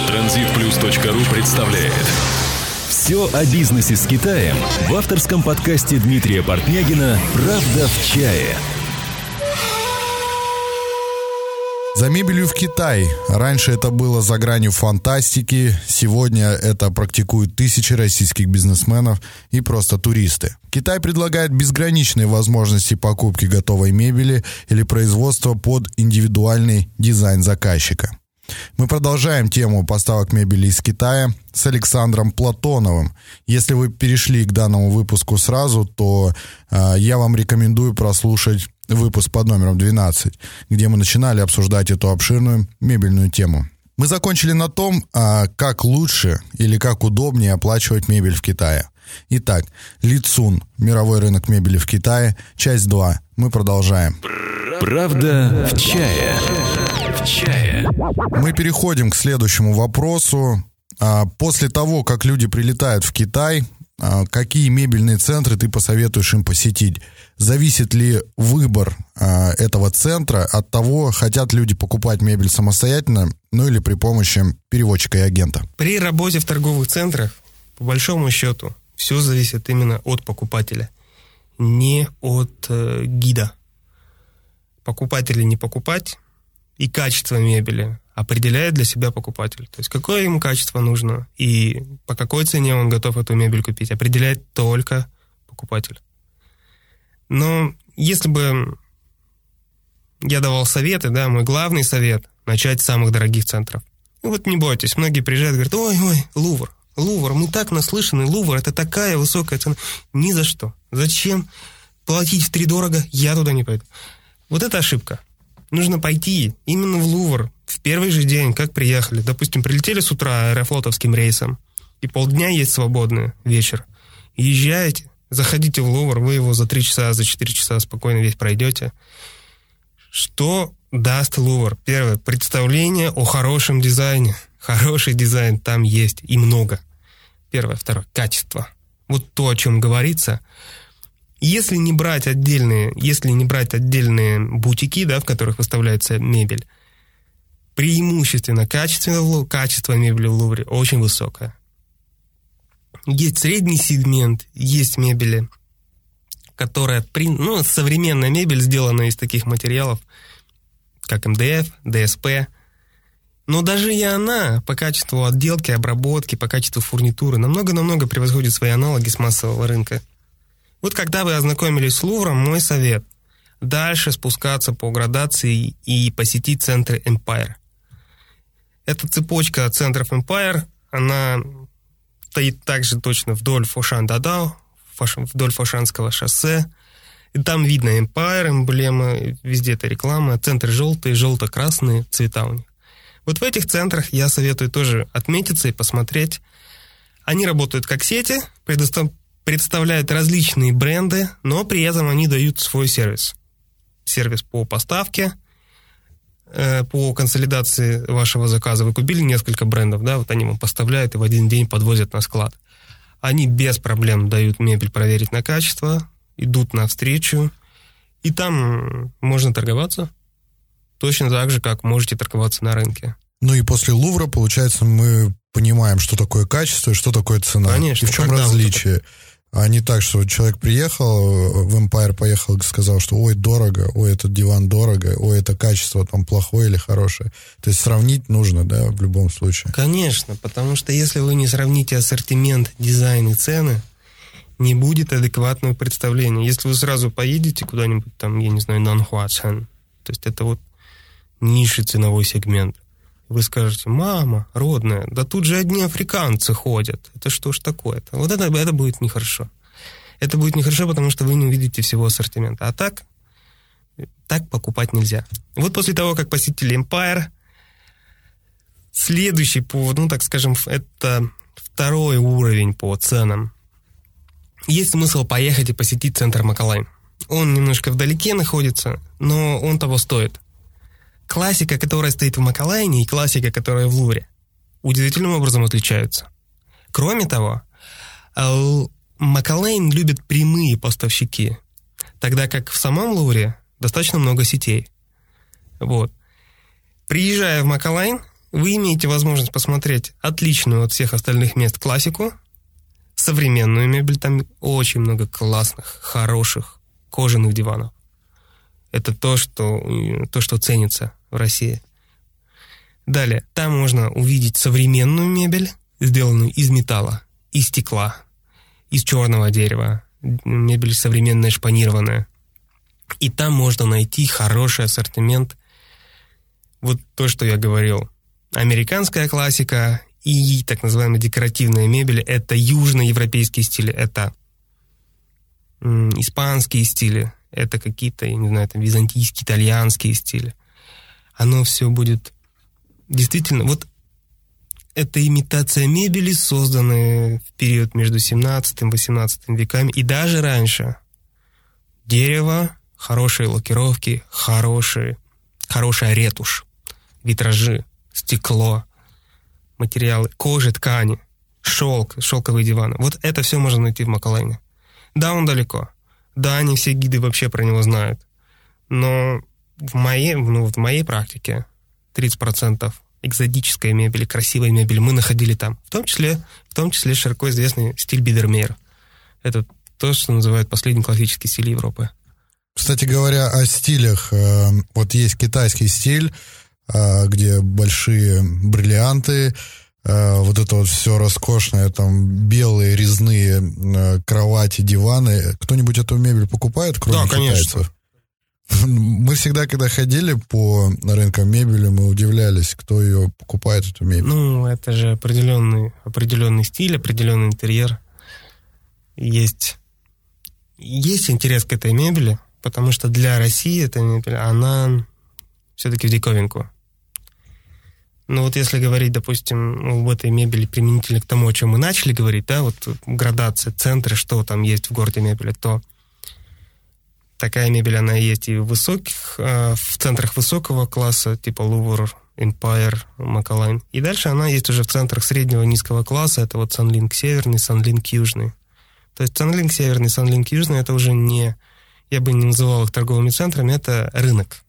Transitplus.ru представляет «Все о бизнесе с Китаем» в авторском подкасте Дмитрия Портнягина «Правда в чае». За мебелью в Китай. Раньше это было за гранью фантастики, сегодня это практикуют тысячи российских бизнесменов и просто туристы. Китай предлагает безграничные возможности покупки готовой мебели или производства под индивидуальный дизайн заказчика. Мы продолжаем тему поставок мебели из Китая с Александром Платоновым. Если вы перешли к данному выпуску сразу, то я вам рекомендую прослушать выпуск под номером 12, где мы начинали обсуждать эту обширную мебельную тему. Мы закончили на том, как лучше или как удобнее оплачивать мебель в Китае. Итак, Ли Цун, мировой рынок мебели в Китае, часть 2. Мы продолжаем. Правда в чае. Мы переходим к следующему вопросу. После того, как люди прилетают в Китай, какие мебельные центры ты посоветуешь им посетить? Зависит ли выбор этого центра от того, хотят люди покупать мебель самостоятельно, ну или при помощи переводчика и агента? При работе в торговых центрах, по большому счету, все зависит именно от покупателя, не от гида. Покупать или не покупать, и качество мебели определяет для себя покупатель. То есть какое ему качество нужно и по какой цене он готов эту мебель купить, определяет только покупатель. Но если бы я давал советы, да, мой главный совет – начать с самых дорогих центров. И вот не бойтесь, многие приезжают и говорят: ой, Лувр, мы так наслышаны, Лувр – это такая высокая цена. Ни за что. Зачем платить втридорого? Я туда не пойду. Вот это ошибка. Нужно пойти именно в Лувр в первый же день, как приехали. Допустим, прилетели с утра аэрофлотовским рейсом, и полдня есть свободный вечер. Езжайте, заходите в Лувр, вы его за 3 часа, за 4 часа спокойно весь пройдете. Что даст Лувр? Первое, представление о хорошем дизайне. Хороший дизайн там есть и много. Первое. Второе, качество. Вот то, о чем говорится. Если не брать отдельные бутики, да, в которых выставляется мебель, преимущественно качество мебели в Лувре очень высокое. Есть средний сегмент, есть мебели, которая, современная мебель, сделана из таких материалов, как МДФ, ДСП. Но даже и она по качеству отделки, обработки, по качеству фурнитуры намного-намного превосходит свои аналоги с массового рынка. Вот когда вы ознакомились с Лувром, мой совет – дальше спускаться по градации и посетить центры Empire. Эта цепочка центров Empire, она стоит также точно вдоль Фошан-Дадао, вдоль Фошанского шоссе. И там видно Empire, эмблема, везде это реклама, центры желтые, желто-красные цвета у них. Вот в этих центрах я советую тоже отметиться и посмотреть. Они работают как сети, представляют различные бренды, но при этом они дают свой сервис. Сервис по поставке, по консолидации вашего заказа. Вы купили несколько брендов, да, вот они вам поставляют и в один день подвозят на склад. Они без проблем дают мебель проверить на качество, идут навстречу, и там можно торговаться точно так же, как можете торговаться на рынке. Ну и после Лувра, получается, мы понимаем, что такое качество и что такое цена. Конечно. И в чем различие? А не так, что человек приехал, в Empire поехал и сказал, что ой, дорого, ой, этот диван дорого, ой, это качество там плохое или хорошее. То есть сравнить нужно, да, в любом случае. Конечно, потому что если вы не сравните ассортимент, дизайн и цены, не будет адекватного представления. Если вы сразу поедете куда-нибудь там, я не знаю, Нанхуацен, то есть это вот низший ценовой сегмент, вы скажете: мама родная, да тут же одни африканцы ходят. Это что ж такое-то? Вот это будет нехорошо. Это будет нехорошо, потому что вы не увидите всего ассортимента. А так покупать нельзя. Вот после того, как посетили Empire, следующий это второй уровень по ценам. Есть смысл поехать и посетить центр Макалайн. Он немножко вдалеке находится, но он того стоит. Классика, которая стоит в Макалайне, и классика, которая в Лувре, удивительным образом отличаются. Кроме того, Макалайн любит прямые поставщики, тогда как в самом Лувре достаточно много сетей. Вот. Приезжая в Макалайн, вы имеете возможность посмотреть отличную от всех остальных мест классику, современную мебель, там очень много классных, хороших кожаных диванов. Это то, что ценится в России. Далее, там можно увидеть современную мебель, сделанную из металла, из стекла, из черного дерева, мебель современная, шпанированная. И там можно найти хороший ассортимент. Вот то, что я говорил. Американская классика и так называемая декоративная мебель — это южноевропейские стили, это испанские стили, это какие-то, я не знаю, там византийские, итальянские стили. Оно все будет действительно... Вот это имитация мебели, созданная в период между 17 и 18 веками, и даже раньше. Дерево, хорошие лакировки, хорошая ретушь, витражи, стекло, материалы, кожа, ткани, шелк, шелковые диваны. Вот это все можно найти в Маколайне. Да, он далеко. Да, не все гиды вообще про него знают. Но в моей практике 30% экзотической мебели, красивой мебели мы находили там. В том числе широко известный стиль Бидермейер. Это то, что называют последний классический стиль Европы. Кстати говоря, о стилях. Вот есть китайский стиль, где большие бриллианты, вот это вот все роскошное, там белые резные кровати, диваны. Кто-нибудь эту мебель покупает, кроме китайцев? Мы всегда, когда ходили по рынкам мебели, мы удивлялись, кто ее покупает, эту мебель. Ну, это же определенный стиль, определенный интерьер. Есть интерес к этой мебели, потому что для России эта мебель, она все-таки в диковинку. Ну вот если говорить, допустим, об этой мебели применительно к тому, о чем мы начали говорить, да, вот градация, центры, что там есть в городе мебели, то такая мебель, она есть и в центрах высокого класса, типа Лувр, Empire, Маколайн. И дальше она есть уже в центрах среднего и низкого класса, это вот Санлинк северный, Санлинк южный. То есть Санлинк северный, Санлинк южный, это уже не, я бы не называл их торговыми центрами, это рынок.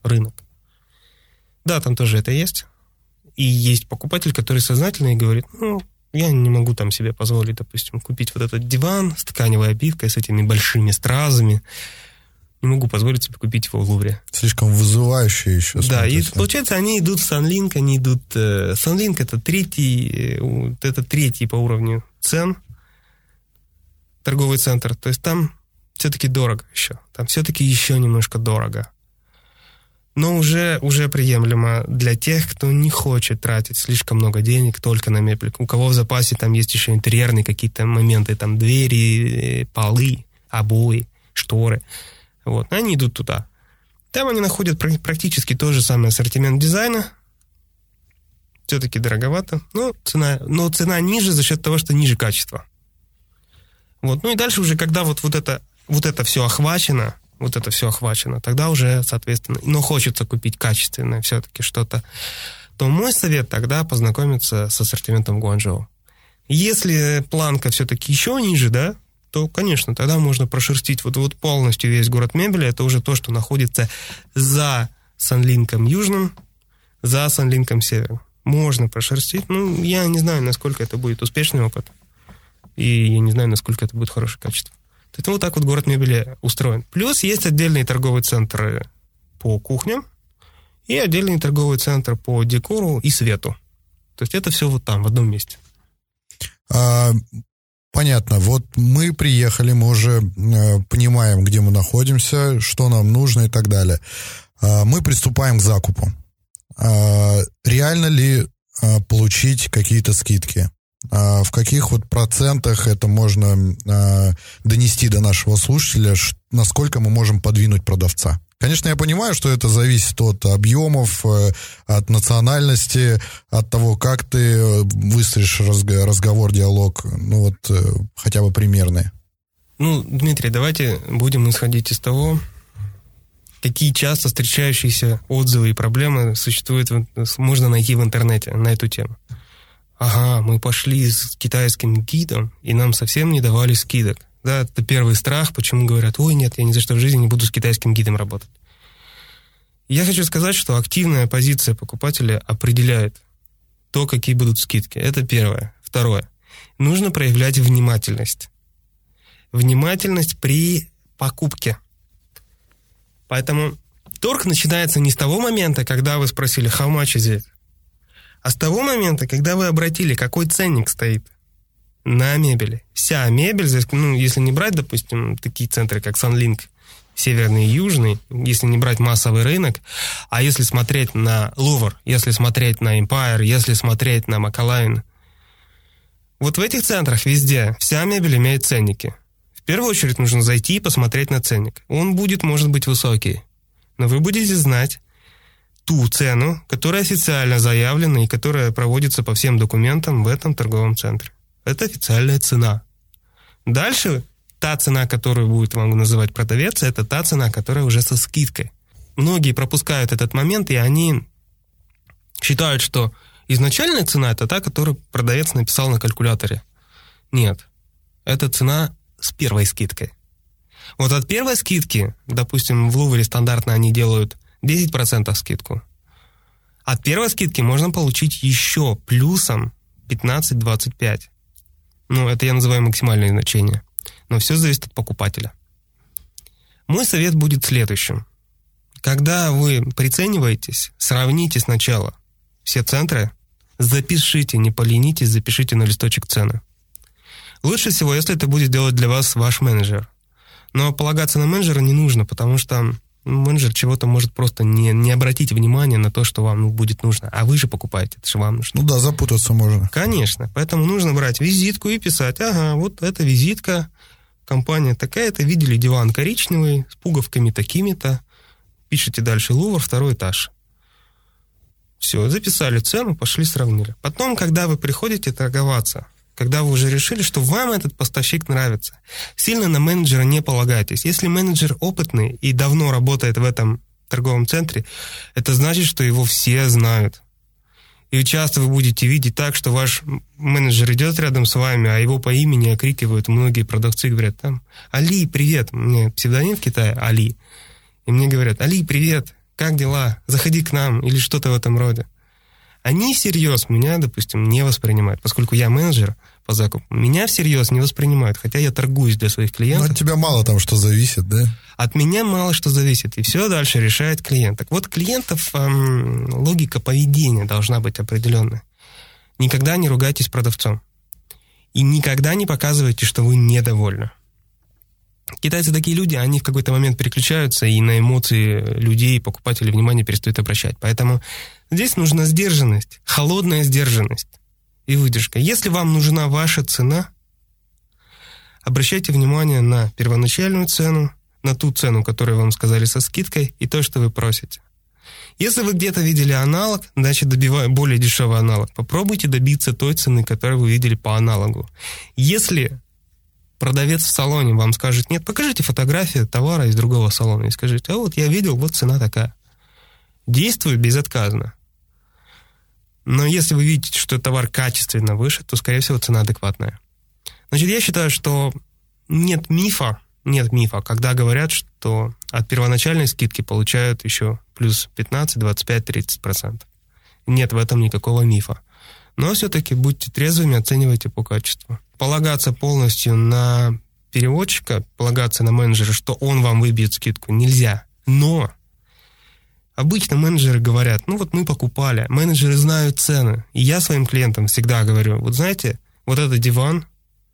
Да, там тоже это есть. И есть покупатель, который сознательно и говорит, я не могу там себе позволить, допустим, купить вот этот диван с тканевой обивкой, с этими большими стразами. Не могу позволить себе купить его в Лувре. Слишком вызывающие еще. Да, и получается, они идут в Санлинк, Санлинк это третий по уровню цен торговый центр. То есть там все-таки дорого еще. Там все-таки еще немножко дорого. Но уже приемлемо для тех, кто не хочет тратить слишком много денег только на мебель. У кого в запасе там есть еще интерьерные какие-то моменты, там двери, полы, обои, шторы. Вот, они идут туда. Там они находят практически тот же самый ассортимент дизайна. Все-таки дороговато, но цена ниже за счет того, что ниже качество. Вот, ну и дальше уже, когда вот это все охвачено, тогда уже, соответственно, но хочется купить качественное все-таки что-то, то мой совет тогда познакомиться с ассортиментом Гуанчжоу. Если планка все-таки еще ниже, да, то, конечно, тогда можно прошерстить вот полностью весь город мебели. Это уже то, что находится за Санлинком южным, за Санлинком северным. Можно прошерстить. Ну, я не знаю, насколько это будет успешный опыт. И я не знаю, насколько это будет хорошее качество. Это вот так вот город мебели устроен. Плюс есть отдельные торговые центры по кухням и отдельный торговый центр по декору и свету. То есть это все вот там, в одном месте. Понятно. Вот мы приехали, мы уже понимаем, где мы находимся, что нам нужно и так далее. Мы приступаем к закупу. Реально ли получить какие-то скидки? В каких вот процентах это можно донести до нашего слушателя, насколько мы можем подвинуть продавца? Конечно, я понимаю, что это зависит от объемов, от национальности, от того, как ты выстроишь разговор, диалог, ну вот хотя бы примерные. Ну, Дмитрий, давайте будем исходить из того, какие часто встречающиеся отзывы и проблемы можно найти в интернете на эту тему. Ага, мы пошли с китайским гидом, и нам совсем не давали скидок. Да, это первый страх, почему говорят, ой, нет, я ни за что в жизни не буду с китайским гидом работать. Я хочу сказать, что активная позиция покупателя определяет, то, какие будут скидки. Это первое. Второе. Нужно проявлять внимательность. Внимательность при покупке. Поэтому торг начинается не с того момента, когда вы спросили «How much is it?», а с того момента, когда вы обратили, какой ценник стоит на мебели. Вся мебель, если не брать, допустим, такие центры, как Sunlink, северный и южный, если не брать массовый рынок, а если смотреть на Лувр, если смотреть на Empire, если смотреть на Макалайн, вот в этих центрах везде вся мебель имеет ценники. В первую очередь нужно зайти и посмотреть на ценник. Он будет, может быть, высокий, но вы будете знать ту цену, которая официально заявлена и которая проводится по всем документам в этом торговом центре. Это официальная цена. Дальше та цена, которую будет вам называть продавец, это та цена, которая уже со скидкой. Многие пропускают этот момент, и они считают, что изначальная цена – это та, которую продавец написал на калькуляторе. Нет, это цена с первой скидкой. Вот от первой скидки, допустим, в Лувре стандартно они делают 10% скидку. От первой скидки можно получить еще плюсом 15-25%. Это я называю максимальное значение. Но все зависит от покупателя. Мой совет будет следующим. Когда вы прицениваетесь, сравните сначала все центры, запишите, не поленитесь, запишите на листочек цены. Лучше всего, если это будет делать для вас ваш менеджер. Но полагаться на менеджера не нужно, потому что менеджер чего-то может просто не обратить внимания на то, что вам будет нужно. А вы же покупаете, это же вам нужно. Запутаться можно. Конечно, поэтому нужно брать визитку и писать, вот эта визитка, компания такая-то, видели диван коричневый, с пуговками такими-то, пишите дальше Лувр, 2 этаж. Все, записали цену, пошли сравнили. Потом, когда вы приходите торговаться, когда вы уже решили, что вам этот поставщик нравится, сильно на менеджера не полагайтесь. Если менеджер опытный и давно работает в этом торговом центре, это значит, что его все знают. И часто вы будете видеть так, что ваш менеджер идет рядом с вами, а его по имени окрикивают многие продавцы, говорят, «Али, привет!» У меня псевдоним в Китае Али. И мне говорят, «Али, привет! Как дела? Заходи к нам!» или что-то в этом роде. Они всерьез меня, допустим, не воспринимают, поскольку я менеджер по закупу. Меня всерьез не воспринимают, хотя я торгуюсь для своих клиентов. Но от тебя мало там что зависит, да? От меня мало что зависит, и все дальше решает клиент. Так вот, клиентов логика поведения должна быть определенная. Никогда не ругайтесь продавцом. И никогда не показывайте, что вы недовольны. Китайцы такие люди, они в какой-то момент переключаются и на эмоции людей, покупателей внимание перестают обращать. Поэтому здесь нужна сдержанность, холодная сдержанность и выдержка. Если вам нужна ваша цена, обращайте внимание на первоначальную цену, на ту цену, которую вам сказали со скидкой, и то, что вы просите. Если вы где-то видели аналог, значит, более дешевый аналог. Попробуйте добиться той цены, которую вы видели по аналогу. Если продавец в салоне вам скажет нет, покажите фотографию товара из другого салона и скажите, вот я видел, вот цена такая. Действует безотказно. Но если вы видите, что товар качественно выше, то, скорее всего, цена адекватная. Значит, я считаю, что нет мифа, когда говорят, что от первоначальной скидки получают еще плюс 15, 25, 30%. Нет в этом никакого мифа. Но все-таки будьте трезвыми, оценивайте по качеству. Полагаться полностью на переводчика, полагаться на менеджера, что он вам выбьет скидку, нельзя. Но обычно менеджеры говорят, мы покупали, менеджеры знают цены. И я своим клиентам всегда говорю, знаете, вот этот диван,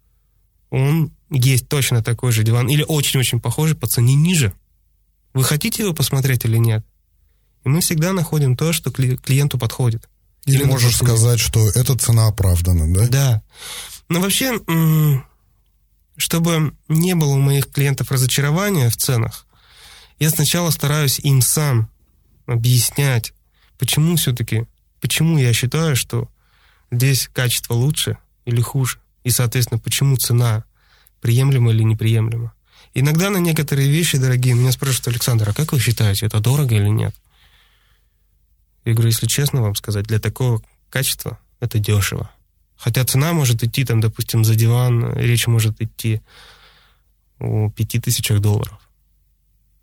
он есть точно такой же диван, или очень-очень похожий по цене ниже. Вы хотите его посмотреть или нет? И мы всегда находим то, что клиенту подходит. Или можешь сказать, что эта цена оправдана, да? Да. Но вообще, чтобы не было у моих клиентов разочарования в ценах, я сначала стараюсь им сам объяснять, почему я считаю, что здесь качество лучше или хуже, и, соответственно, почему цена приемлема или неприемлема. Иногда на некоторые вещи, дорогие, меня спрашивают, Александр, а как вы считаете, это дорого или нет? Я говорю, если честно вам сказать, для такого качества это дешево. Хотя цена может идти, допустим, за диван, речь может идти о $5000.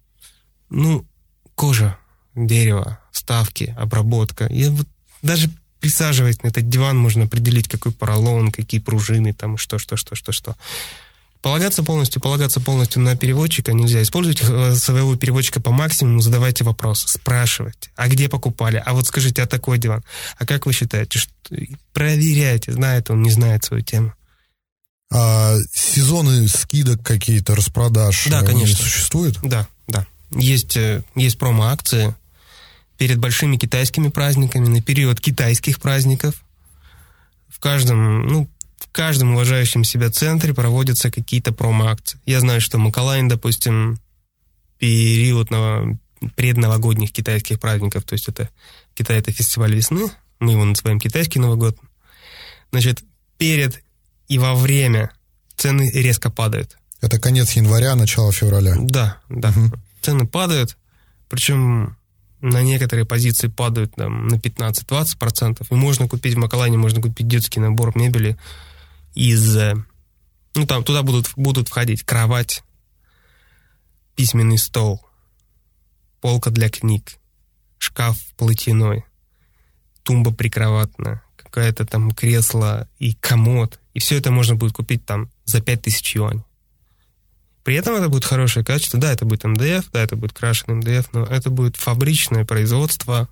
Кожа, дерево, вставки, обработка. Даже присаживаясь на этот диван, можно определить, какой поролон, какие пружины, там, что. Полагаться полностью на переводчика нельзя. Используйте своего переводчика по максимуму, задавайте вопросы, спрашивайте, а где покупали, а вот скажите, а такой диван, а как вы считаете, проверяйте, знает он, не знает свою тему. А сезоны скидок какие-то, распродаж, да, конечно, существуют? Да. Есть промо-акции перед большими китайскими праздниками, на период китайских праздников. В каждом уважающем себя центре проводятся какие-то промо-акции. Я знаю, что Макалайн, допустим, период предновогодних китайских праздников, то есть это Китай — это фестиваль весны, мы его называем китайский Новый год. Значит, перед и во время цены резко падают. Это конец января, начало февраля. Да. Угу. Цены падают, причем на некоторые позиции падают там, на 15-20%. И можно купить в Макалайне, можно купить детский набор мебели из... там туда будут входить кровать, письменный стол, полка для книг, шкаф платяной, тумба прикроватная, какое-то там кресло и комод. И все это можно будет купить там за 5000 юаней. При этом это будет хорошее качество. Да, это будет МДФ, да, это будет крашеный МДФ, но это будет фабричное производство,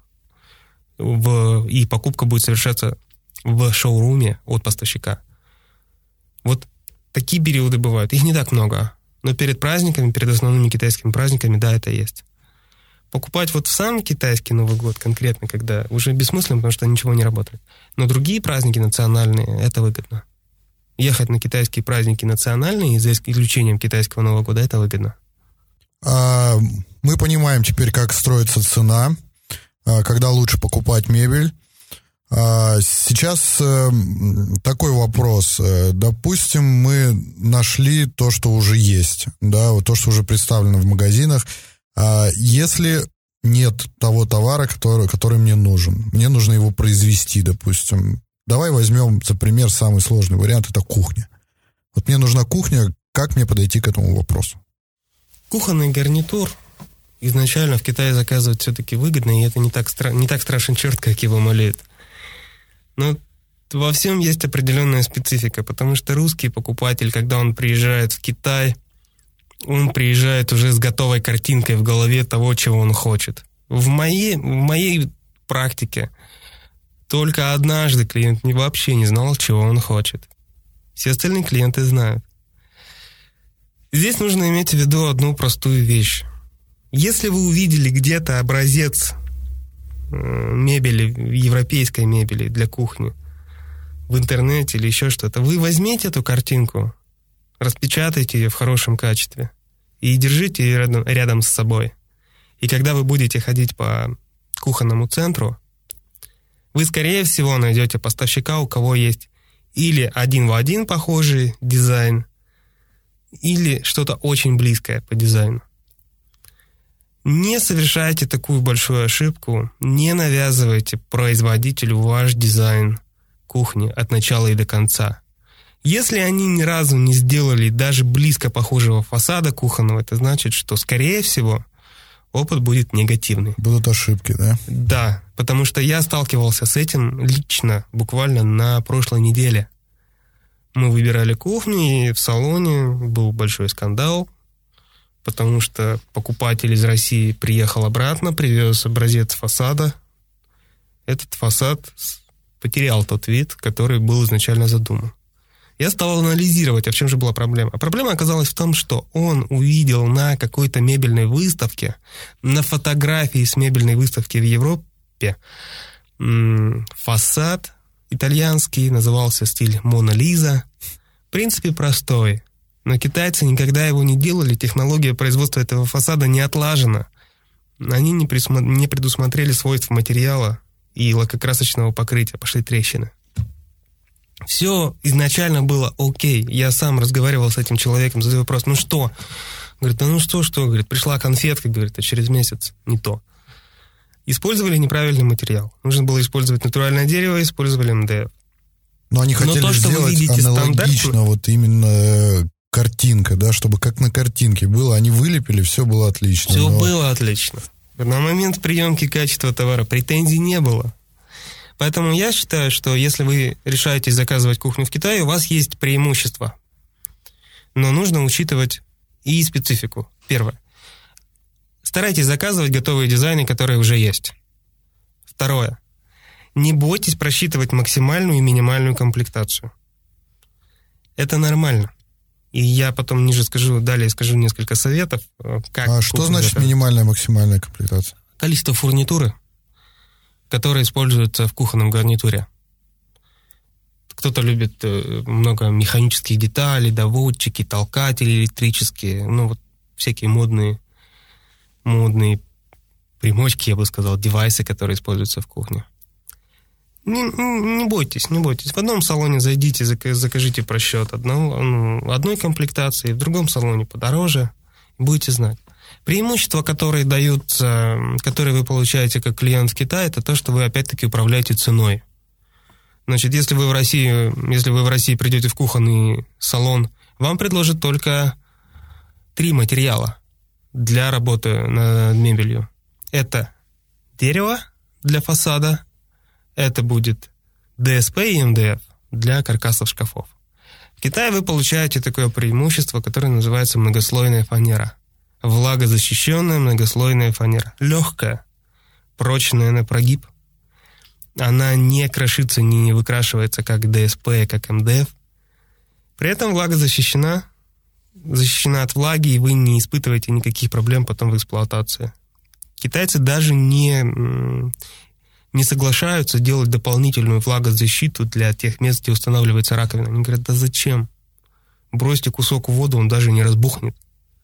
и покупка будет совершаться в шоуруме от поставщика. Вот такие периоды бывают. Их не так много. Но перед праздниками, перед основными китайскими праздниками, да, это есть. Покупать вот в сам китайский Новый год конкретно, когда уже бессмысленно, потому что ничего не работает. Но другие праздники национальные, это выгодно. Ехать на китайские праздники национальные, за исключением китайского Нового года, это выгодно. Мы понимаем теперь, как строится цена, когда лучше покупать мебель. Сейчас такой вопрос. Допустим, мы нашли то, что уже есть, да, вот то, что уже представлено в магазинах. Если нет того товара, который мне нужен, мне нужно его произвести, допустим. Давай возьмем за пример самый сложный вариант, это кухня. Вот мне нужна кухня, как мне подойти к этому вопросу? Кухонный гарнитур изначально в Китае заказывать все-таки выгодно, и это не так страшен черт, как его молит. Но во всем есть определенная специфика, потому что русский покупатель, когда он приезжает в Китай, он приезжает уже с готовой картинкой в голове того, чего он хочет. В моей практике только однажды клиент вообще не знал, чего он хочет. Все остальные клиенты знают. Здесь нужно иметь в виду одну простую вещь. Если вы увидели где-то образец мебели, европейской мебели для кухни в интернете или еще что-то, вы возьмите эту картинку, распечатайте ее в хорошем качестве и держите ее рядом с собой. И когда вы будете ходить по кухонному центру, вы, скорее всего, найдете поставщика, у кого есть или один в один похожий дизайн, или что-то очень близкое по дизайну. Не совершайте такую большую ошибку, не навязывайте производителю ваш дизайн кухни от начала и до конца. Если они ни разу не сделали даже близко похожего фасада кухонного, это значит, что, скорее всего, опыт будет негативный. Будут ошибки, да? Да, потому что я сталкивался с этим лично, буквально на прошлой неделе. Мы выбирали кухню, и в салоне был большой скандал, потому что покупатель из России приехал обратно, привез образец фасада. Этот фасад потерял тот вид, который был изначально задуман. Я стал анализировать, а в чем же была проблема. А проблема оказалась в том, что он увидел на какой-то мебельной выставке, на фотографии с мебельной выставки в Европе, фасад итальянский, назывался стиль Мона Лиза. В принципе, простой. Но китайцы никогда его не делали, технология производства этого фасада не отлажена. Они не предусмотрели свойств материала и лакокрасочного покрытия, пошли трещины. Все изначально было окей. Я сам разговаривал с этим человеком, задаю вопрос, ну что? Говорит, что? Говорит, пришла конфетка, говорит, а через месяц не то. Использовали неправильный материал. Нужно было использовать натуральное дерево, использовали МДФ. Но они хотели то, что сделать аналогично, вот именно картинка, да, чтобы как на картинке было. Они вылепили, все было отлично. Все было отлично. На момент приемки качества товара претензий не было. Поэтому я считаю, что если вы решаетесь заказывать кухню в Китае, у вас есть преимущество. Но нужно учитывать и специфику. Первое. Старайтесь заказывать готовые дизайны, которые уже есть. Второе. Не бойтесь просчитывать максимальную и минимальную комплектацию. Это нормально. И я потом далее скажу несколько советов, как... А что значит минимальная, максимальная комплектация? Количество фурнитуры, которая используется в кухонном гарнитуре. Кто-то любит много механических деталей, доводчики, толкатели электрические, всякие модные примочки, я бы сказал, девайсы, которые используются в кухне. Не бойтесь. В одном салоне зайдите, закажите просчет одной комплектации, в другом салоне подороже, и будете знать. Преимущества, которые вы получаете как клиент в Китае, это то, что вы опять-таки управляете ценой. Значит, если вы в России придете в кухонный салон, вам предложат только 3 материала для работы над мебелью. Это дерево для фасада, это будет ДСП и МДФ для каркасов шкафов. В Китае вы получаете такое преимущество, которое называется многослойная фанера. Влагозащищенная многослойная фанера. Легкая, прочная на прогиб. Она не крошится, не выкрашивается, как ДСП, как МДФ. При этом влага защищена от влаги, и вы не испытываете никаких проблем потом в эксплуатации. Китайцы даже не соглашаются делать дополнительную влагозащиту для тех мест, где устанавливается раковина. Они говорят, да зачем? Бросьте кусок в воду, он даже не разбухнет.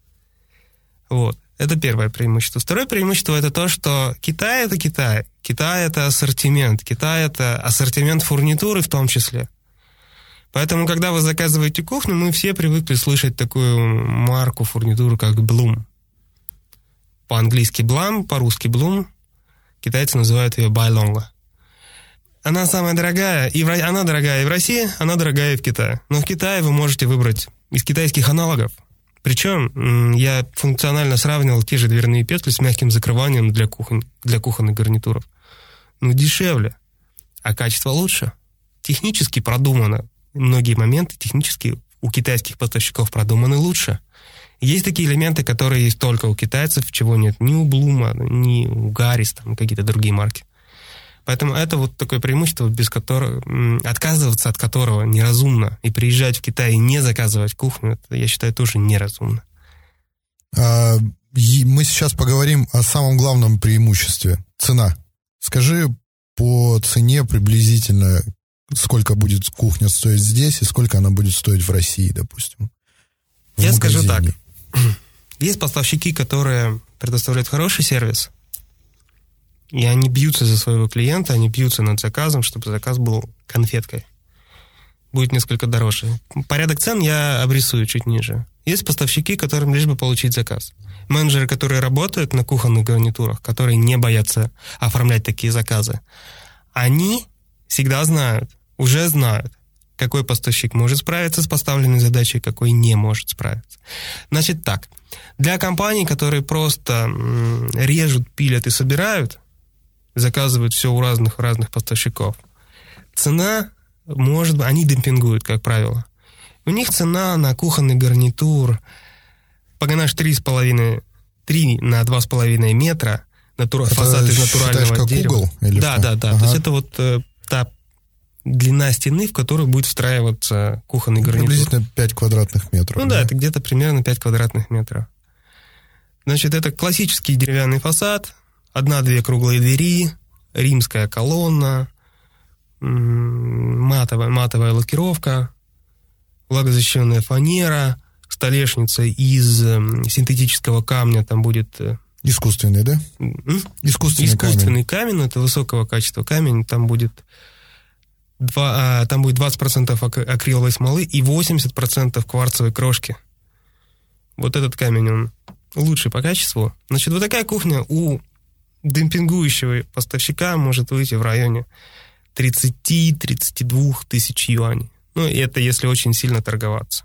Вот. Это первое преимущество. Второе преимущество – это то, что Китай – это Китай. Китай – это ассортимент. Китай – это ассортимент фурнитуры в том числе. Поэтому, когда вы заказываете кухню, мы все привыкли слышать такую марку фурнитуры, как Bloom. По-английски Blum, по-русски Bloom. Китайцы называют ее Bailongla. Она самая дорогая, она дорогая и в России, она дорогая и в Китае. Но в Китае вы можете выбрать из китайских аналогов. Причем я функционально сравнивал те же дверные петли с мягким закрыванием для кухонных гарнитуров. Дешевле, а качество лучше. Технически продумано. Многие моменты технически у китайских поставщиков продуманы лучше. Есть такие элементы, которые есть только у китайцев, чего нет ни у Блума, ни у Гаррис, какие-то другие марки. Поэтому это вот такое преимущество, без которого, отказываться от которого неразумно. И приезжать в Китай и не заказывать кухню, это, я считаю, тоже неразумно. Мы сейчас поговорим о самом главном преимуществе – цена. Скажи по цене приблизительно, сколько будет кухня стоить здесь и сколько она будет стоить в России, допустим. Я скажу так. Есть поставщики, которые предоставляют хороший сервис, и они бьются за своего клиента, они бьются над заказом, чтобы заказ был конфеткой. Будет несколько дороже. Порядок цен я обрисую чуть ниже. Есть поставщики, которым лишь бы получить заказ. Менеджеры, которые работают на кухонных гарнитурах, которые не боятся оформлять такие заказы, они всегда уже знают, какой поставщик может справиться с поставленной задачей, какой не может справиться. Значит так, для компаний, которые просто режут, пилят и собирают, заказывают все у разных поставщиков, цена может быть, они демпингуют, как правило. У них цена на кухонный гарнитур, погонаж 3 на 2,5 метра, фасад из натурального дерева. Угол, да. Ага. То есть это вот та длина стены, в которую будет встраиваться кухонный гарнитур. Приблизительно 5 квадратных метров. Это где-то примерно 5 квадратных метров. Значит, это классический деревянный фасад, 1-2 круглые двери, римская колонна, матовая лакировка, влагозащищенная фанера, столешница из синтетического камня, там будет... Искусственный, да? Искусственный камень, это высокого качества камень, там будет 20% акриловой смолы и 80% кварцевой крошки. Вот этот камень, он лучший по качеству. Значит, вот такая кухня у демпингующего поставщика может выйти в районе 30-32 тысяч юаней. И это если очень сильно торговаться.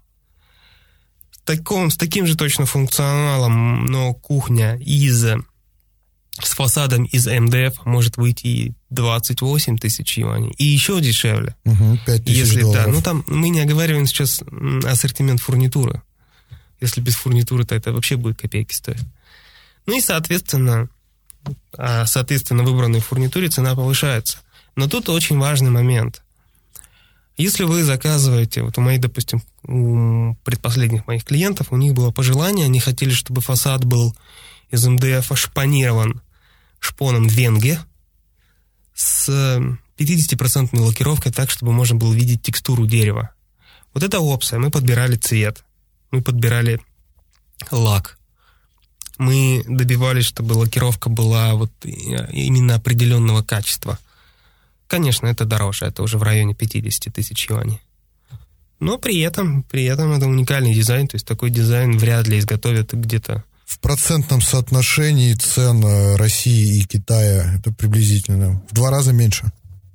С таким же точно функционалом, но кухня из с фасадом из МДФ может выйти и 28 тысяч юаней, и еще дешевле. 5 тысяч долларов. Да, ну там мы не оговариваем сейчас ассортимент фурнитуры. Если без фурнитуры, то это вообще будет копейки стоить. Ну и, соответственно, выбранной фурнитуре цена повышается. Но тут очень важный момент. Если вы заказываете, вот у моих, допустим, у предпоследних моих клиентов, у них было пожелание, они хотели, чтобы фасад был из МДФ шпанирован шпоном Венге с 50% лакировкой так, чтобы можно было видеть текстуру дерева. Вот эта опция. Мы подбирали цвет, мы подбирали лак. Мы добивались, чтобы лакировка была вот именно определенного качества. Конечно, это дороже, это уже в районе 50 тысяч юаней. Но при этом это уникальный дизайн, то есть такой дизайн вряд ли изготовят где-то. В процентном соотношении цен России и Китая это приблизительно в 2 раза меньше.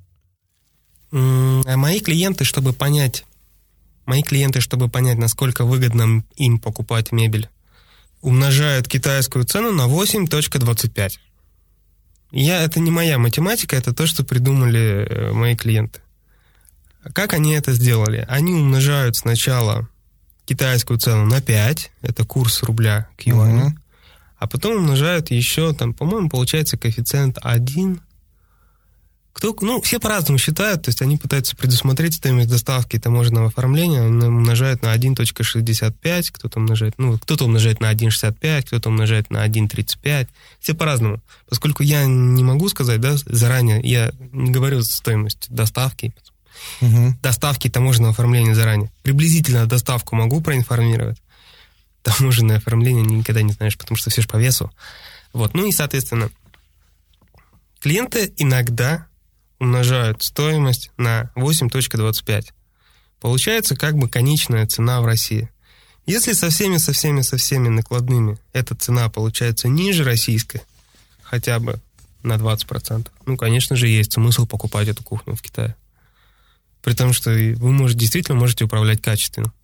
А мои клиенты, чтобы понять, насколько выгодно им покупать мебель, умножают китайскую цену на 8.25. Это не моя математика, это то, что придумали мои клиенты. Как они это сделали? Они умножают сначала китайскую цену на 5, это курс рубля к юаню, а потом умножают еще, там, по-моему, получается коэффициент 1. Все по-разному считают, то есть они пытаются предусмотреть стоимость доставки и таможенного оформления, они умножают на 1.65, кто-то умножает на 1.65, кто-то умножает на 1.35, все по-разному. Поскольку я не могу сказать, да, заранее, я не говорю стоимость доставки, доставки и таможенного оформления заранее. Приблизительно доставку могу проинформировать, таможенное оформление никогда не знаешь, потому что все же по весу. Вот. Ну и, соответственно, клиенты иногда умножают стоимость на 8.25. Получается как бы конечная цена в России. Если со всеми накладными эта цена получается ниже российской, хотя бы на 20%, конечно же, есть смысл покупать эту кухню в Китае. При том, что вы действительно можете управлять качеством.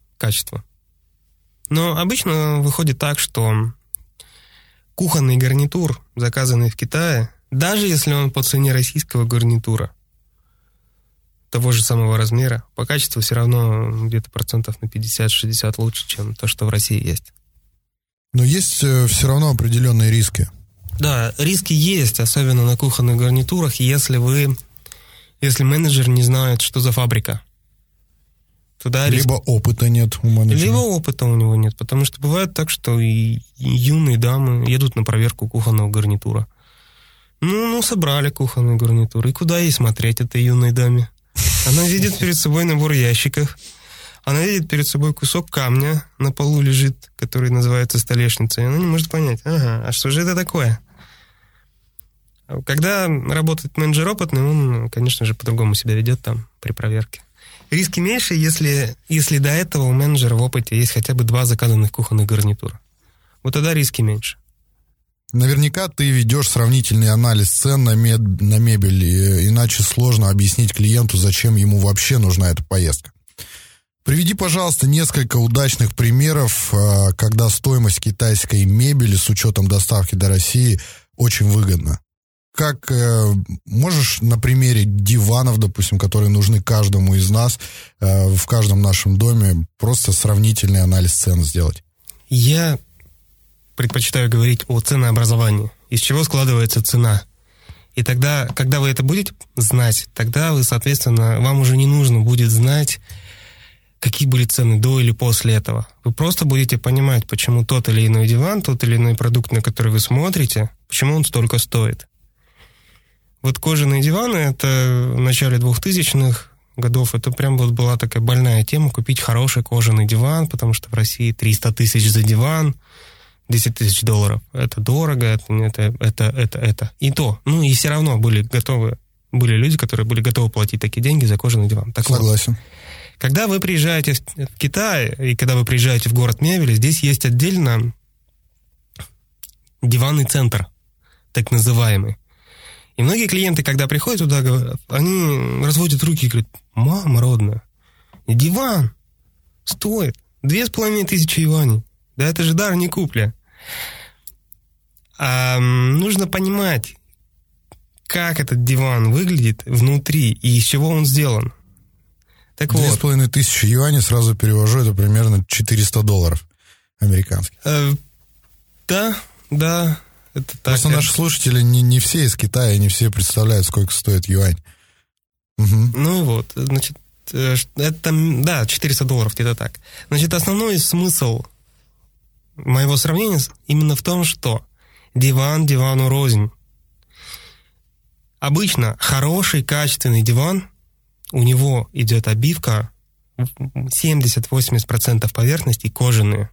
Но обычно выходит так, что кухонный гарнитур, заказанный в Китае, даже если он по цене российского гарнитура, того же самого размера, по качеству все равно где-то процентов на 50-60 лучше, чем то, что в России есть. Но есть все равно определенные риски. Да, риски есть, особенно на кухонных гарнитурах, если менеджер не знает, что за фабрика. Либо опыта нет у менеджера. Либо опыта у него нет, потому что бывает так, что и юные дамы едут на проверку кухонного гарнитура. Собрали кухонную гарнитуру, и куда ей смотреть этой юной даме? Она видит перед собой набор ящиков, она видит перед собой кусок камня, на полу лежит, который называется столешницей, и она не может понять, а что же это такое? Когда работает менеджер опытный, он, конечно же, по-другому себя ведет там при проверке. Риски меньше, если до этого у менеджера в опыте есть хотя бы 2 заказанных кухонных гарнитура. Вот тогда риски меньше. Наверняка ты ведешь сравнительный анализ цен на мебель, иначе сложно объяснить клиенту, зачем ему вообще нужна эта поездка. Приведи, пожалуйста, несколько удачных примеров, когда стоимость китайской мебели с учетом доставки до России очень выгодна. Как можешь на примере диванов, допустим, которые нужны каждому из нас в каждом нашем доме, просто сравнительный анализ цен сделать? Я предпочитаю говорить о ценообразовании, из чего складывается цена. И тогда, когда вы это будете знать, тогда вы, соответственно, вам уже не нужно будет знать, какие были цены до или после этого. Вы просто будете понимать, почему тот или иной диван, тот или иной продукт, на который вы смотрите, почему он столько стоит. Вот кожаные диваны, это в начале 2000-х годов, это прям вот была такая больная тема, купить хороший кожаный диван, потому что в России 300 тысяч за диван, 10 тысяч долларов. Это дорого, это. И то. И все равно были люди, которые были готовы платить такие деньги за кожаный диван. Так согласен. Вот, когда вы приезжаете в Китай, и когда вы приезжаете в город мебели, здесь есть отдельно диванный центр, так называемый. И многие клиенты, когда приходят туда, они разводят руки и говорят: мама родная, диван стоит 2500 юаней. Да это же дар не купля. нужно понимать, как этот диван выглядит внутри и из чего он сделан. Так 2500 юаней, сразу перевожу, это примерно $400 американских. Да, это так. Просто наши слушатели не все из Китая, не все представляют, сколько стоит юань. Угу. Ну вот, значит, это, да, $400, где-то так. Значит, основной смысл моего сравнения именно в том, что диван дивану рознь. Обычно хороший, качественный диван, у него идет обивка 70-80% поверхности кожаные.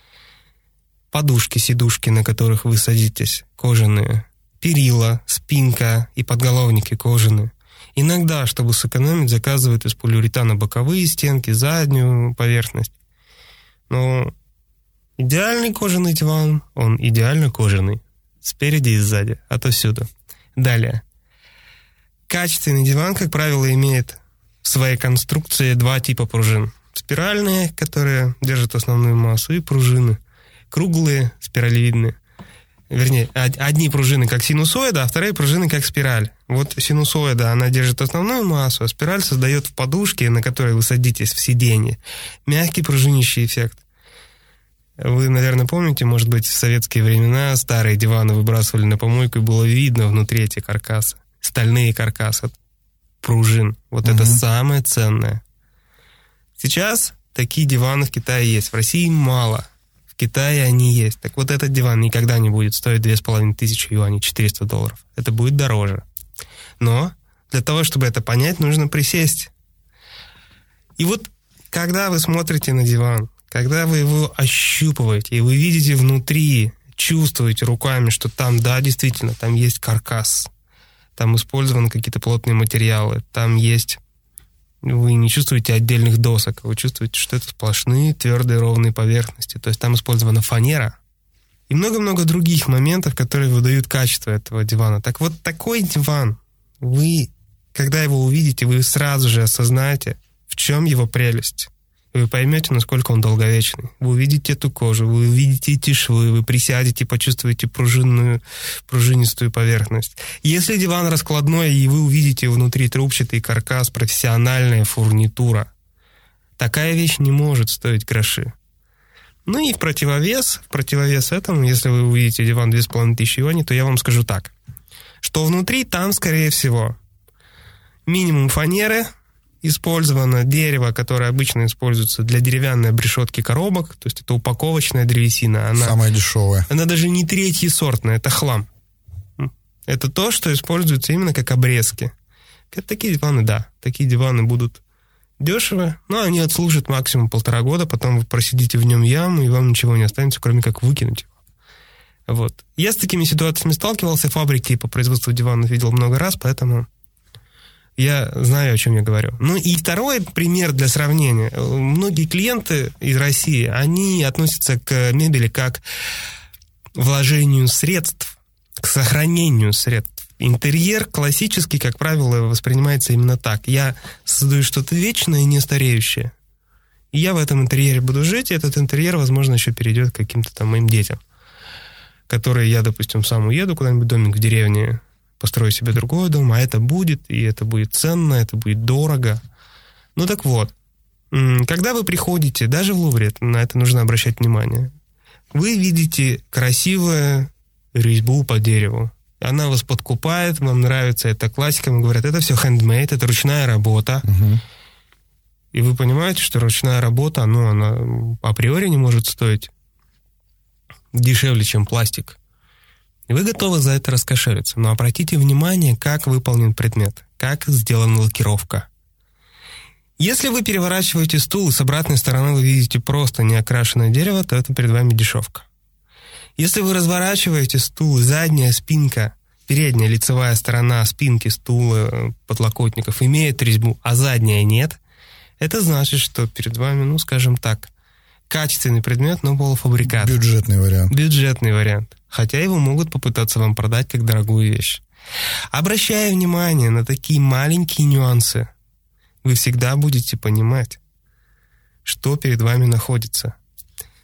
Подушки, сидушки, на которых вы садитесь, кожаные. Перила, спинка и подголовники кожаные. Иногда, чтобы сэкономить, заказывают из полиуретана боковые стенки, заднюю поверхность. Но идеальный кожаный диван, он идеально кожаный. Спереди и сзади, отовсюду. Далее. Качественный диван, как правило, имеет в своей конструкции два типа пружин. Спиральные, которые держат основную массу, и пружины. Круглые, спиралевидные. Вернее, одни пружины как синусоида, а вторые пружины как спираль. Вот синусоида, она держит основную массу, а спираль создает в подушке, на которой вы садитесь в сиденье, мягкий пружинящий эффект. Вы, наверное, помните, может быть, в советские времена старые диваны выбрасывали на помойку, и было видно внутри эти каркасы. Стальные каркасы пружин. Вот это самое ценное. Сейчас такие диваны в Китае есть. В России мало. В Китае они есть. Так вот этот диван никогда не будет стоить 2500 юаней, $400. Это будет дороже. Но для того, чтобы это понять, нужно присесть. И вот когда вы смотрите на диван, когда вы его ощупываете, и вы видите внутри, чувствуете руками, что там, да, действительно, там есть каркас, там использованы какие-то плотные материалы, там есть... Вы не чувствуете отдельных досок, вы чувствуете, что это сплошные, твердые, ровные поверхности. То есть там использована фанера и много-много других моментов, которые выдают качество этого дивана. Так вот, такой диван, вы, когда его увидите, вы сразу же осознаете, в чем его прелесть. И вы поймете, насколько он долговечный. Вы увидите эту кожу, вы увидите эти швы, вы присядете, почувствуете пружинистую поверхность. Если диван раскладной, и вы увидите внутри трубчатый каркас, профессиональная фурнитура, такая вещь не может стоить гроши. Ну и в противовес этому, если вы увидите диван 2500 юаней, то я вам скажу так, что внутри там, скорее всего, минимум фанеры, использовано дерево, которое обычно используется для деревянной обрешетки коробок, то есть это упаковочная древесина. Она, самая дешевая. Она даже не третьесортная, это хлам. Это то, что используется именно как обрезки. Такие диваны, да, такие диваны будут дешево, но они отслужат максимум 1,5 года, потом вы просидите в нем яму, и вам ничего не останется, кроме как выкинуть его. Вот. Я с такими ситуациями сталкивался, фабрики по производству диванов видел много раз, поэтому... Я знаю, о чем я говорю. Ну и второй пример для сравнения. Многие клиенты из России, они относятся к мебели как к вложению средств, к сохранению средств. Интерьер классический, как правило, воспринимается именно так. Я создаю что-то вечное и не стареющее. И я в этом интерьере буду жить, и этот интерьер, возможно, еще перейдет к каким-то там моим детям, которые я, допустим, сам уеду куда-нибудь, домик в деревне, построю себе другой дом, а это будет, и это будет ценно, это будет дорого. Ну так вот, когда вы приходите, даже в Лувре, на это нужно обращать внимание, вы видите красивую резьбу по дереву. Она вас подкупает, вам нравится эта классика, вам говорят, это все handmade, это ручная работа. Угу. И вы понимаете, что ручная работа, она априори не может стоить дешевле, чем пластик. И вы готовы за это раскошелиться. Но обратите внимание, как выполнен предмет, как сделана лакировка. Если вы переворачиваете стул, и с обратной стороны вы видите просто неокрашенное дерево, то это перед вами дешевка. Если вы разворачиваете стул, задняя спинка, передняя лицевая сторона спинки стула, подлокотников имеет резьбу, а задняя нет, это значит, что перед вами, скажем так, качественный предмет, но полуфабрикат. Бюджетный вариант. Бюджетный вариант. Хотя его могут попытаться вам продать как дорогую вещь. Обращая внимание на такие маленькие нюансы, вы всегда будете понимать, что перед вами находится.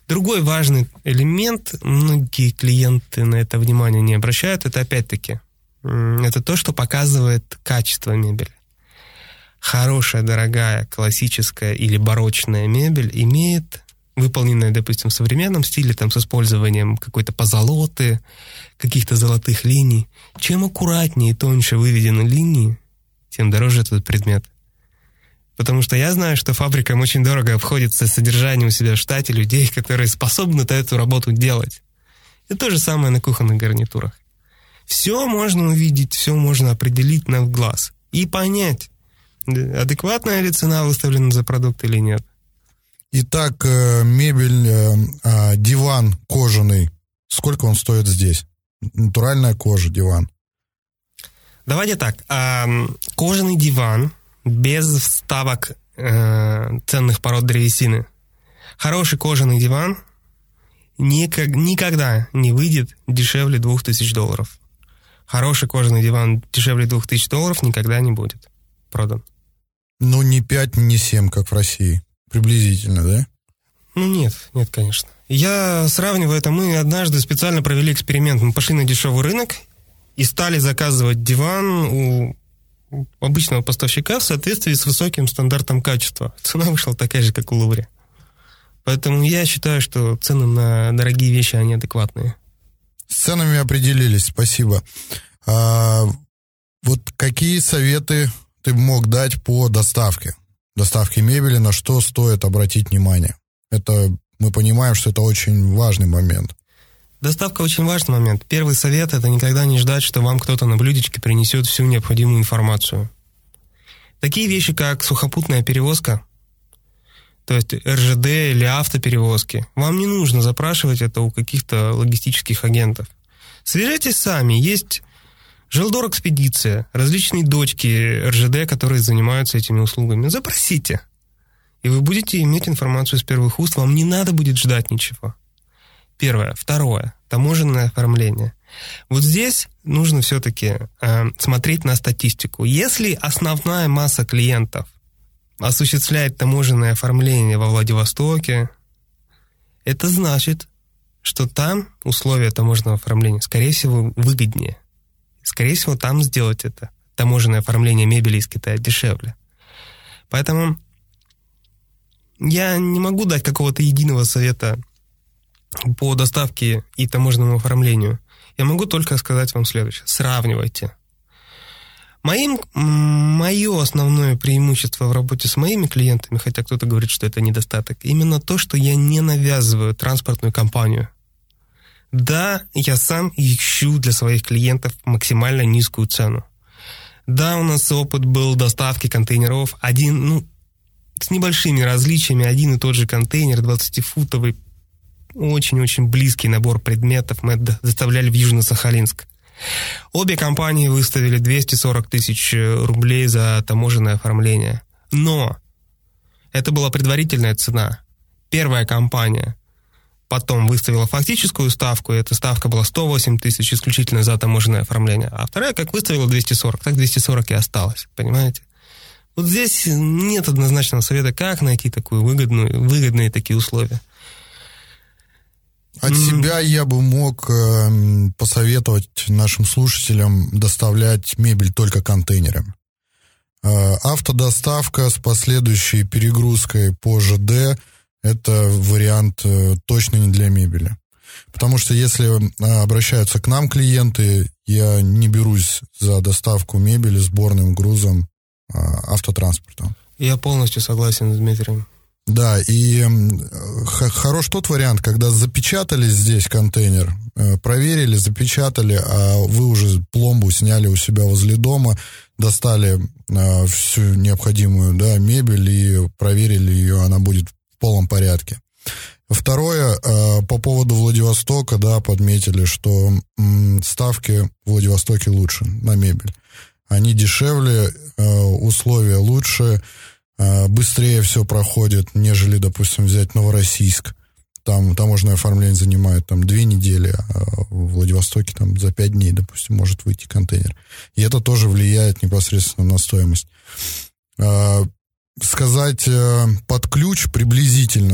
Другой важный элемент, многие клиенты на это внимание не обращают, это опять-таки, это то, что показывает качество мебели. Хорошая, дорогая, классическая или барочная мебель имеет, выполненная, допустим, в современном стиле, там, с использованием какой-то позолоты, каких-то золотых линий. Чем аккуратнее и тоньше выведены линии, тем дороже этот предмет. Потому что я знаю, что фабрикам очень дорого обходится содержание у себя в штате людей, которые способны эту работу делать. И то же самое на кухонных гарнитурах. Все можно увидеть, все можно определить на глаз и понять, адекватная ли цена выставлена за продукт или нет. Итак, мебель, диван кожаный. Сколько он стоит здесь? Натуральная кожа, диван. Давайте так. Кожаный диван без вставок ценных пород древесины. Хороший кожаный диван никогда не выйдет дешевле $2000. Хороший кожаный диван дешевле $2000 никогда не будет продан. Ну, не 5, не 7, как в России. Приблизительно, да? Ну, нет, конечно. Я сравниваю это. Мы однажды специально провели эксперимент. Мы пошли на дешевый рынок и стали заказывать диван у обычного поставщика в соответствии с высоким стандартом качества. Цена вышла такая же, как у Лувре. Поэтому я считаю, что цены на дорогие вещи, они адекватные. С ценами определились, спасибо. Вот какие советы ты мог дать по доставке мебели, на что стоит обратить внимание? Это мы понимаем, что это очень важный момент. Доставка очень важный момент. Первый совет – это никогда не ждать, что вам кто-то на блюдечке принесет всю необходимую информацию. Такие вещи, как сухопутная перевозка, то есть РЖД или автоперевозки, вам не нужно запрашивать это у каких-то логистических агентов. Свяжитесь сами. Есть Желдор-экспедиция, различные дочки РЖД, которые занимаются этими услугами. Запросите, и вы будете иметь информацию с первых уст. Вам не надо будет ждать ничего. Первое. Второе. Таможенное оформление. Вот здесь нужно все-таки смотреть на статистику. Если основная масса клиентов осуществляет таможенное оформление во Владивостоке, это значит, что там условия таможенного оформления, скорее всего, выгоднее. Скорее всего, там сделать это таможенное оформление мебели из Китая дешевле. Поэтому я не могу дать какого-то единого совета по доставке и таможенному оформлению. Я могу только сказать вам следующее. Сравнивайте. Мое основное преимущество в работе с моими клиентами, хотя кто-то говорит, что это недостаток, именно то, что я не навязываю транспортную компанию. Да, я сам ищу для своих клиентов максимально низкую цену. Да, у нас опыт был доставки контейнеров. С небольшими различиями, один и тот же контейнер, 20-футовый, очень-очень близкий набор предметов мы доставляли в Южно-Сахалинск. Обе компании выставили 240 тысяч рублей за таможенное оформление. Но это была предварительная цена. Первая компания потом выставила фактическую ставку, и эта ставка была 108 тысяч исключительно за таможенное оформление. А вторая как выставила 240, так 240 и осталось, понимаете? Вот здесь нет однозначного совета, как найти такую выгодные такие условия. От себя я бы мог посоветовать нашим слушателям доставлять мебель только контейнерами. Автодоставка с последующей перегрузкой по ЖД – это вариант точно не для мебели. Потому что если обращаются к нам клиенты, я не берусь за доставку мебели сборным грузом автотранспортом. Я полностью согласен с Дмитрием. Да, и хорош тот вариант, когда запечатали здесь контейнер, проверили, запечатали, а вы уже пломбу сняли у себя возле дома, достали всю необходимую мебель и проверили ее, она будет в полном порядке. Второе, по поводу Владивостока, подметили, что ставки в Владивостоке лучше на мебель. Они дешевле, условия лучше, быстрее все проходит, нежели, допустим, взять Новороссийск. Там таможенное оформление занимает 2 недели, а в Владивостоке за 5 дней, допустим, может выйти контейнер. И это тоже влияет непосредственно на стоимость. Сказать под ключ приблизительно,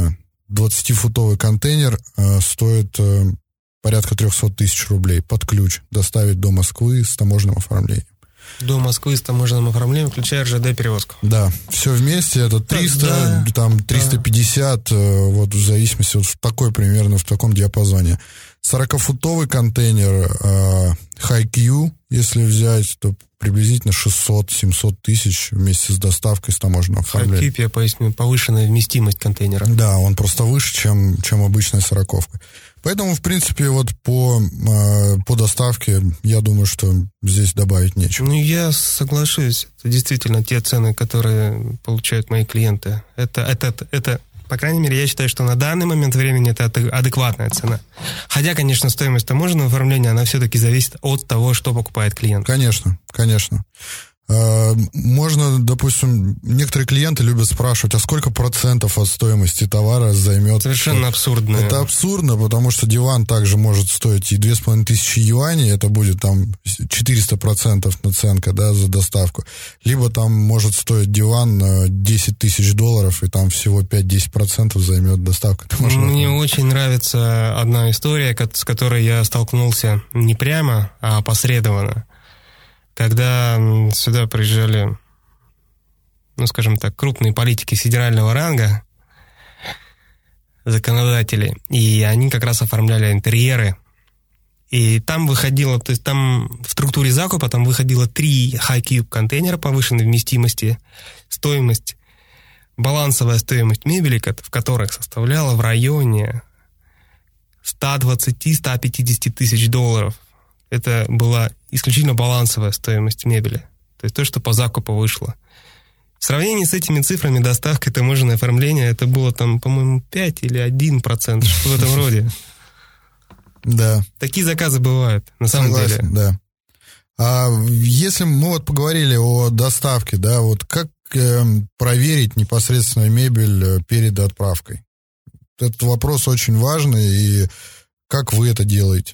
20-футовый контейнер стоит порядка 300 тысяч рублей под ключ доставить до Москвы с таможенным оформлением. До Москвы с таможенным оформлением, включая РЖД-перевозку. Да, все вместе это 300, да, там 350, да. Вот в зависимости, вот в такой примерно, в таком диапазоне. 40-футовый контейнер Hi-Q, если взять, то приблизительно 600-700 тысяч вместе с доставкой с таможенного оформления. Hi-Q, я поясню, повышенная вместимость контейнера. Да, он просто выше, чем обычная 40-ка. Поэтому, в принципе, вот по доставке, я думаю, что здесь добавить нечего. Ну, я соглашусь. Это действительно те цены, которые получают мои клиенты. Это, по крайней мере, я считаю, что на данный момент времени это адекватная цена. Хотя, конечно, стоимость таможенного оформления, она все-таки зависит от того, что покупает клиент. Конечно, конечно. Можно, допустим, некоторые клиенты любят спрашивать, а сколько процентов от стоимости товара займет... Совершенно абсурдно. Это абсурдно, потому что диван также может стоить и 2500 юаней, это будет там 400% наценка, да, за доставку. Либо там может стоить диван 10 тысяч долларов, и там всего 5-10% займет доставка. Мне очень нравится одна история, с которой я столкнулся не прямо, а опосредованно. Когда сюда приезжали, ну, скажем так, крупные политики федерального ранга, законодатели, и они как раз оформляли интерьеры. И там выходило, то есть там в структуре закупа там выходило 3 Hi-Q контейнера повышенной вместимости, стоимость, балансовая стоимость мебели, в которых составляла в районе 120-150 тысяч долларов. Это была исключительно балансовая стоимость мебели. То есть то, что по закупу вышло. В сравнении с этими цифрами доставка и таможенное оформление, это было там, по-моему, 5 или 1%, что в этом роде. Да. Такие заказы бывают, на самом деле. Да. А если мы вот поговорили о доставке, да, вот как проверить непосредственно мебель перед отправкой? Этот вопрос очень важный, и как вы это делаете?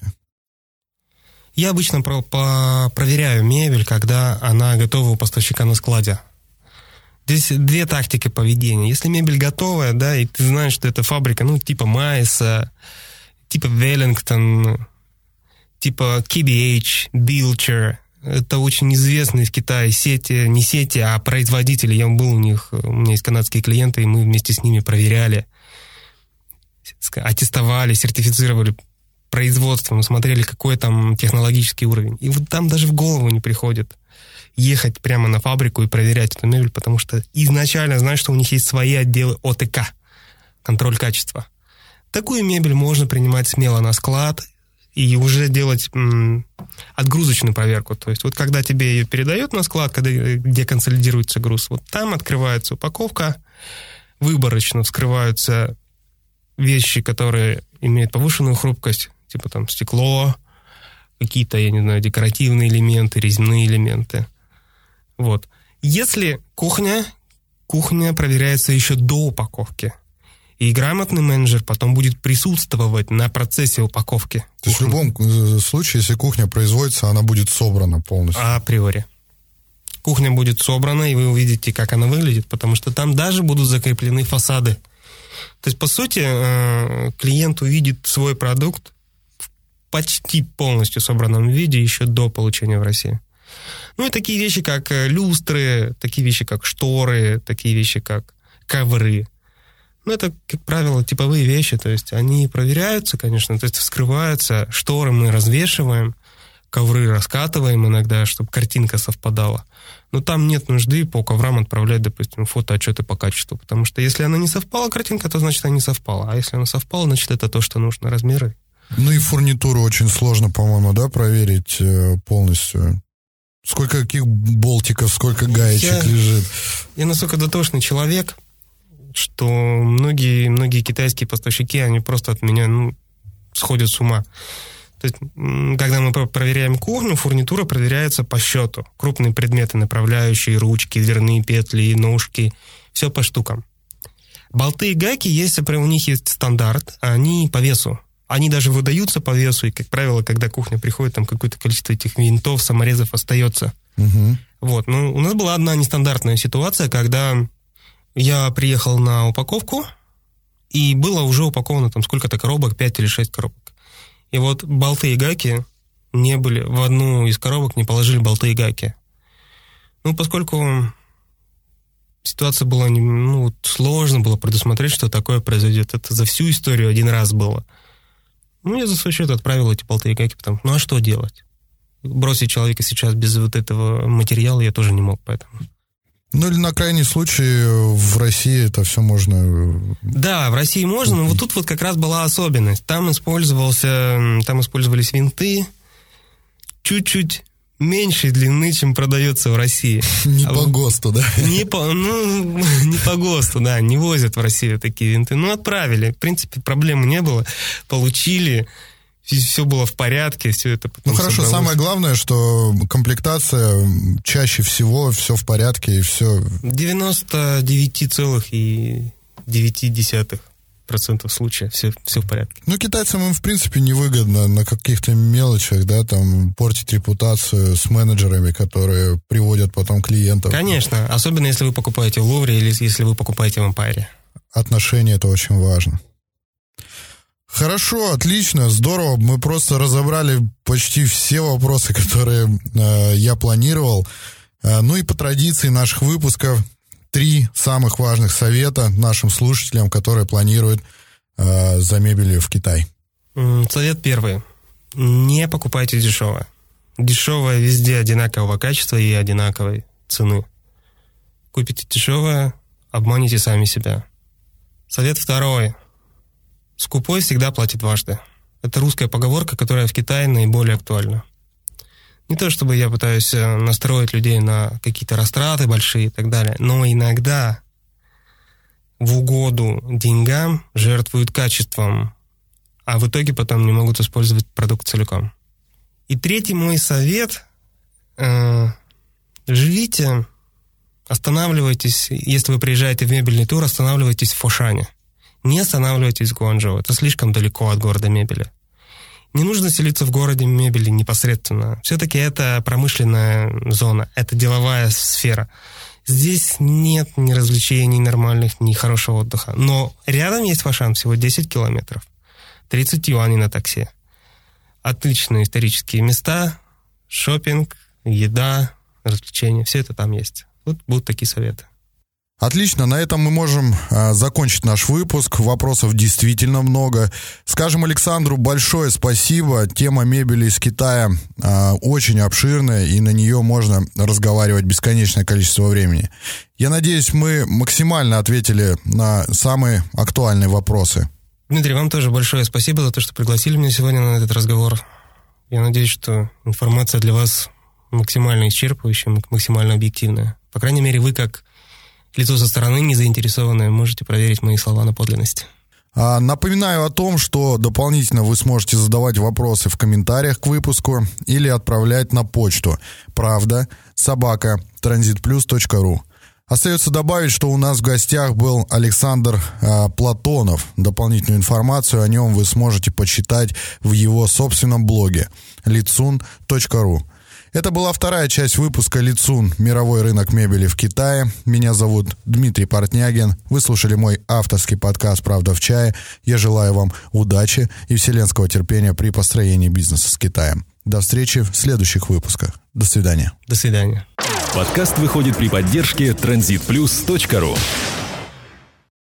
Я обычно проверяю мебель, когда она готова у поставщика на складе. Здесь 2 тактики поведения. Если мебель готовая, да, и ты знаешь, что это фабрика, ну, типа Майса, типа Веллингтон, типа KBH, Bilcher, это очень известные в Китае сети, не сети, а производители. Я был у них, у меня есть канадские клиенты, и мы вместе с ними проверяли, аттестовали, сертифицировали производством, смотрели, какой там технологический уровень. И вот там даже в голову не приходит ехать прямо на фабрику и проверять эту мебель, потому что изначально знаешь, что у них есть свои отделы ОТК, контроль качества. Такую мебель можно принимать смело на склад и уже делать отгрузочную проверку. То есть вот когда тебе ее передают на склад, где консолидируется груз, вот там открывается упаковка, выборочно вскрываются вещи, которые имеют повышенную хрупкость, типа там стекло, какие-то, я не знаю, декоративные элементы, резные элементы. Вот. Если кухня проверяется еще до упаковки, и грамотный менеджер потом будет присутствовать на процессе упаковки. То есть в любом случае, если кухня производится, она будет собрана полностью? Априори. Кухня будет собрана, и вы увидите, как она выглядит, потому что там даже будут закреплены фасады. То есть, по сути, клиент увидит свой продукт в почти полностью собранном виде еще до получения в России. Ну и такие вещи, как люстры, такие вещи, как шторы, такие вещи, как ковры. Ну, это, как правило, типовые вещи, то есть они проверяются, конечно, то есть вскрываются, шторы мы развешиваем, ковры раскатываем иногда, чтобы картинка совпадала. Но там нет нужды по коврам отправлять, допустим, фотоотчеты по качеству, потому что если она не совпала, картинка, то значит она не совпала. А если она совпала, значит это то, что нужно, размеры. Ну и фурнитуру очень сложно, по-моему, да, проверить полностью. Сколько каких болтиков, сколько гаечек лежит. Я настолько дотошный человек, что многие китайские поставщики, они просто от меня сходят с ума. То есть, когда мы проверяем кухню, фурнитура проверяется по счету. Крупные предметы, направляющие, ручки, дверные петли, ножки, все по штукам. Болты и гайки, у них есть стандарт, они по весу. Они даже выдаются по весу, и, как правило, когда кухня приходит, там какое-то количество этих винтов, саморезов остается. Угу. Вот. Ну, у нас была одна нестандартная ситуация, когда я приехал на упаковку, И было уже упаковано там сколько-то коробок, 5 или 6 коробок. И вот болты и гаки не были, в одну из коробок не положили болты и гаки. Ну, поскольку ситуация была, сложно было предусмотреть, что такое произойдет. Это за всю историю один раз было. Ну, я за свой счет отправил эти болты и гаки, потому а что делать? Бросить человека сейчас без вот этого материала я тоже не мог, поэтому... Ну, или на крайний случай в России это все можно... Да, в России можно, но вот тут вот как раз была особенность. Там использовались винты чуть-чуть меньшей длины, чем продается в России. Не по ГОСТу, да? Не по ГОСТу, да, не возят в Россию такие винты. Ну, отправили, в принципе, проблем не было, получили... Все было в порядке, все это потом... Ну хорошо, самое главное, что комплектация чаще всего все в порядке и все... 99,9% случаев все в порядке. Ну, китайцам им, в принципе, невыгодно на каких-то мелочах, да, там, портить репутацию с менеджерами, которые приводят потом клиентов. Конечно, особенно если вы покупаете в Лувре или если вы покупаете в Эмпайре. Отношения — это очень важно. Хорошо, отлично, здорово. Мы просто разобрали почти все вопросы, которые я планировал. Ну и по традиции наших выпусков 3 самых важных совета нашим слушателям, которые планируют за мебелью в Китай. Совет первый. Не покупайте дешево. Дешевое везде одинакового качества и одинаковой цены. Купите дешевое, обманете сами себя. Совет второй. Скупой всегда платит дважды. Это русская поговорка, которая в Китае наиболее актуальна. Не то чтобы я пытаюсь настроить людей на какие-то растраты большие и так далее, но иногда в угоду деньгам жертвуют качеством, а в итоге потом не могут использовать продукт целиком. И третий мой совет. Живите, останавливайтесь, если вы приезжаете в мебельный тур, останавливайтесь в Фошане. Не останавливайтесь в Гуанчжоу, это слишком далеко от города мебели. Не нужно селиться в городе мебели непосредственно. Все-таки это промышленная зона, это деловая сфера. Здесь нет ни развлечений нормальных, ни хорошего отдыха. Но рядом есть Фошан, всего 10 километров. 30 юаней на такси. Отличные исторические места, шопинг, еда, развлечения. Все это там есть. Вот будут такие советы. Отлично, на этом мы можем закончить наш выпуск. Вопросов действительно много. Скажем Александру большое спасибо. Тема мебели из Китая очень обширная, и на нее можно разговаривать бесконечное количество времени. Я надеюсь, мы максимально ответили на самые актуальные вопросы. Дмитрий, вам тоже большое спасибо за то, что пригласили меня сегодня на этот разговор. Я надеюсь, что информация для вас максимально исчерпывающая, максимально объективная. По крайней мере, вы как лицо со стороны, не заинтересованное, можете проверить мои слова на подлинность. Напоминаю о том, что дополнительно вы сможете задавать вопросы в комментариях к выпуску или отправлять на почту pravda@transitplus.ru. Остается добавить, что у нас в гостях был Александр Платонов. Дополнительную информацию о нем вы сможете почитать в его собственном блоге litsun.ru. Это была вторая часть выпуска «Лицун. Мировой рынок мебели в Китае». Меня зовут Дмитрий Портнягин. Вы слушали мой авторский подкаст «Правда в чае». Я желаю вам удачи и вселенского терпения при построении бизнеса с Китаем. До встречи в следующих выпусках. До свидания. До свидания. Подкаст выходит при поддержке transitplus.ru.